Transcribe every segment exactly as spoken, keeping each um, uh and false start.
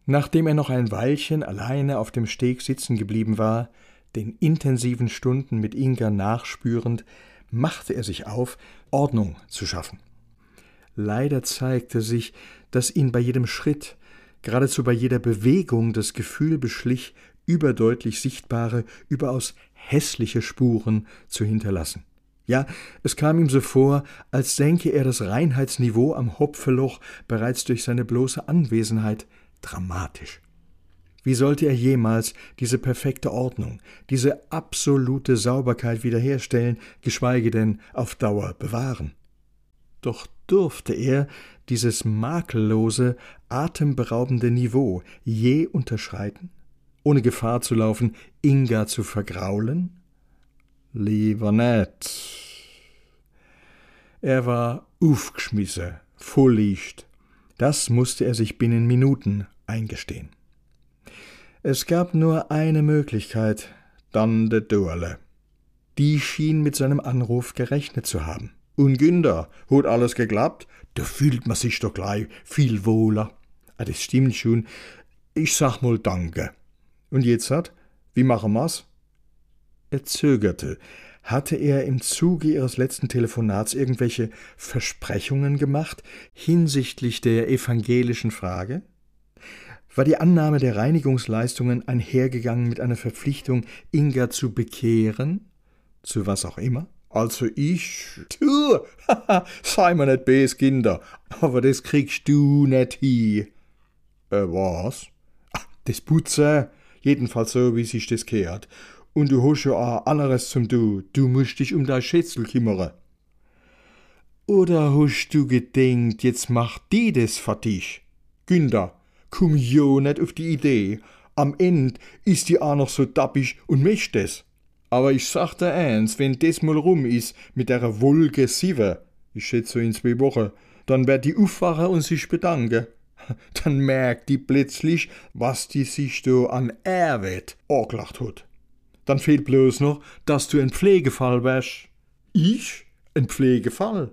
Nachdem er noch ein Weilchen alleine auf dem Steg sitzen geblieben war, den intensiven Stunden mit Inga nachspürend, machte er sich auf, Ordnung zu schaffen. Leider zeigte sich, dass ihn bei jedem Schritt, geradezu bei jeder Bewegung das Gefühl beschlich, überdeutlich sichtbare, überaus hässliche Spuren zu hinterlassen. Ja, es kam ihm so vor, als senke er das Reinheitsniveau am Hopfeloch bereits durch seine bloße Anwesenheit dramatisch. Wie sollte er jemals diese perfekte Ordnung, diese absolute Sauberkeit wiederherstellen, geschweige denn auf Dauer bewahren? Doch durfte er dieses makellose, atemberaubende Niveau je unterschreiten, ohne Gefahr zu laufen, Inga zu vergraulen? Lieber net. Er war aufgeschmissen, voll Licht. Das musste er sich binnen Minuten eingestehen. Es gab nur eine Möglichkeit, dann de Dorle. Die schien mit seinem Anruf gerechnet zu haben. Und Günther, hat alles geklappt? Da fühlt man sich doch gleich viel wohler. Ah, das stimmt schon. Ich sag mal Danke. Und jetzt hat, wie machen wir's? Er zögerte. Hatte er im Zuge ihres letzten Telefonats irgendwelche Versprechungen gemacht hinsichtlich der evangelischen Frage? War die Annahme der Reinigungsleistungen einhergegangen mit einer Verpflichtung, Inga zu bekehren? Zu was auch immer? Also ich, du, haha, sei mir nicht bös, Kinder, aber das kriegst du nicht hin. Äh, was? Ach, das Putzen, jedenfalls so, wie sich das gehört. Und du hast ja auch anderes zum Du, du musst dich um dein Schätzel kümmern. Oder hast du gedenkt, jetzt macht die das für dich? Günther, komm jo nicht auf die Idee. Am End ist die auch noch so dappig und möcht es. Aber ich sag dir eins, wenn das mal rum ist mit der Wolke sieben, ich schätze so in zwei Wochen, dann wird die aufwachen und sich bedanken. Dann merkt die plötzlich, was die sich da an Arbeit angelacht hat. Dann fehlt bloß noch, dass du ein Pflegefall wärst. Ich? Ein Pflegefall?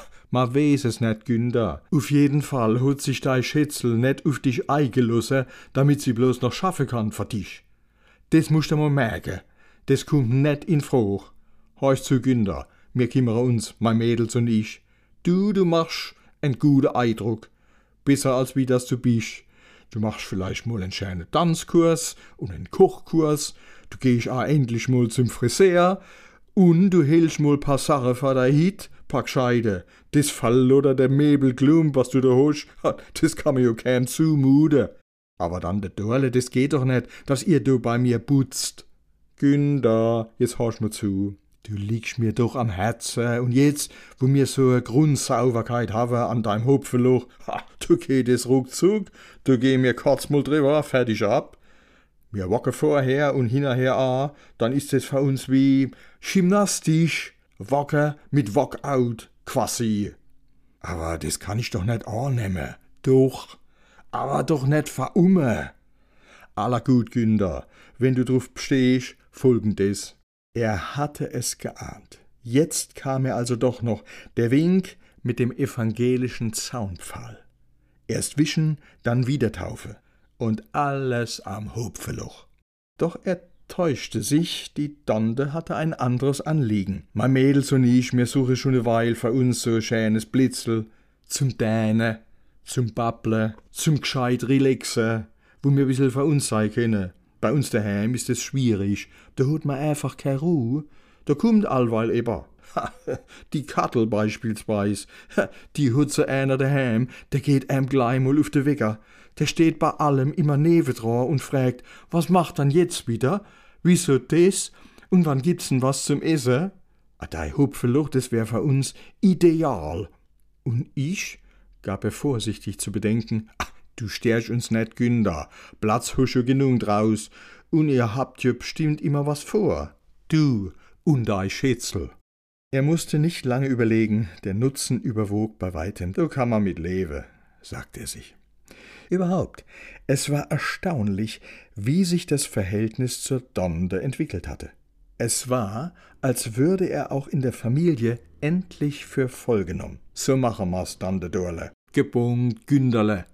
Ma weiß es nicht, Günther. Auf jeden Fall hat sich dein Schätzel nicht auf dich eingelassen, damit sie bloß noch schaffen kann für dich. Das musst du mal merken. Das kommt nicht in Frage. Hörst zu, Günther, wir kümmern uns, mein Mädels und ich. Du, du machst einen guten Eindruck. Besser als wie das du bist. Du machst vielleicht mal einen schönen Tanzkurs und einen Kochkurs. Du gehst auch endlich mal zum Friseur. Und du hältst mal paar Sachen vor dein Hit, paar Gescheide. Das Fall oder der Möbelklump, was du da hast, das kann mir ja keinem zumuten. Aber dann der Dorle, das geht doch nicht, dass ihr da bei mir putzt. Günther, jetzt hörst mir zu. Du liegst mir doch am Herzen und jetzt, wo wir so eine Grundsauberkeit haben an deinem Hopfeloch, ha, du geht es ruckzuck, du geh mir kurz mal drüber, fertig ab. Wir wacken vorher und hinterher an, dann ist es für uns wie gymnastisch, wacken mit Walkout, quasi. Aber das kann ich doch nicht annehmen. Doch, aber doch nicht verumme. Aller gut, Günther, wenn du drauf bestehst, folgendes. Er hatte es geahnt. Jetzt kam er also doch noch, der Wink mit dem evangelischen Zaunpfahl. Erst wischen, dann wieder Taufe. Und alles am Hopfeloch. Doch er täuschte sich, die Tante hatte ein anderes Anliegen. Mein Mädels und ich, mir suche schon eine Weile für uns so ein schönes Blitzel. Zum Dänen, zum Babble, zum gescheit Relaxen, wo wir ein bisschen für uns sein können. Bei uns daheim ist es schwierig, da hat man einfach keine Ruhe. Da kommt allweil eben. Die Kattel beispielsweise, die hat so einer daheim, der geht einem gleich mal auf den Wecker. Der steht bei allem immer nebendran und fragt, was macht dann jetzt wieder? Wieso das? Und wann gibt's denn was zum Essen? Ah, dei Hupfeloch, das wär für uns ideal. Und ich, gab er vorsichtig zu bedenken, ach, du stärst uns nicht, Günther, Platz hast du genug draus, und ihr habt ja bestimmt immer was vor. Du und dei Schätzel. Er musste nicht lange überlegen, der Nutzen überwog bei weitem. So kann man mit leben, sagte er sich. Überhaupt, es war erstaunlich, wie sich das Verhältnis zur Tante entwickelt hatte. Es war, als würde er auch in der Familie endlich für voll genommen. So machen wir's, Tante Dorle. Gebungt, Günderle.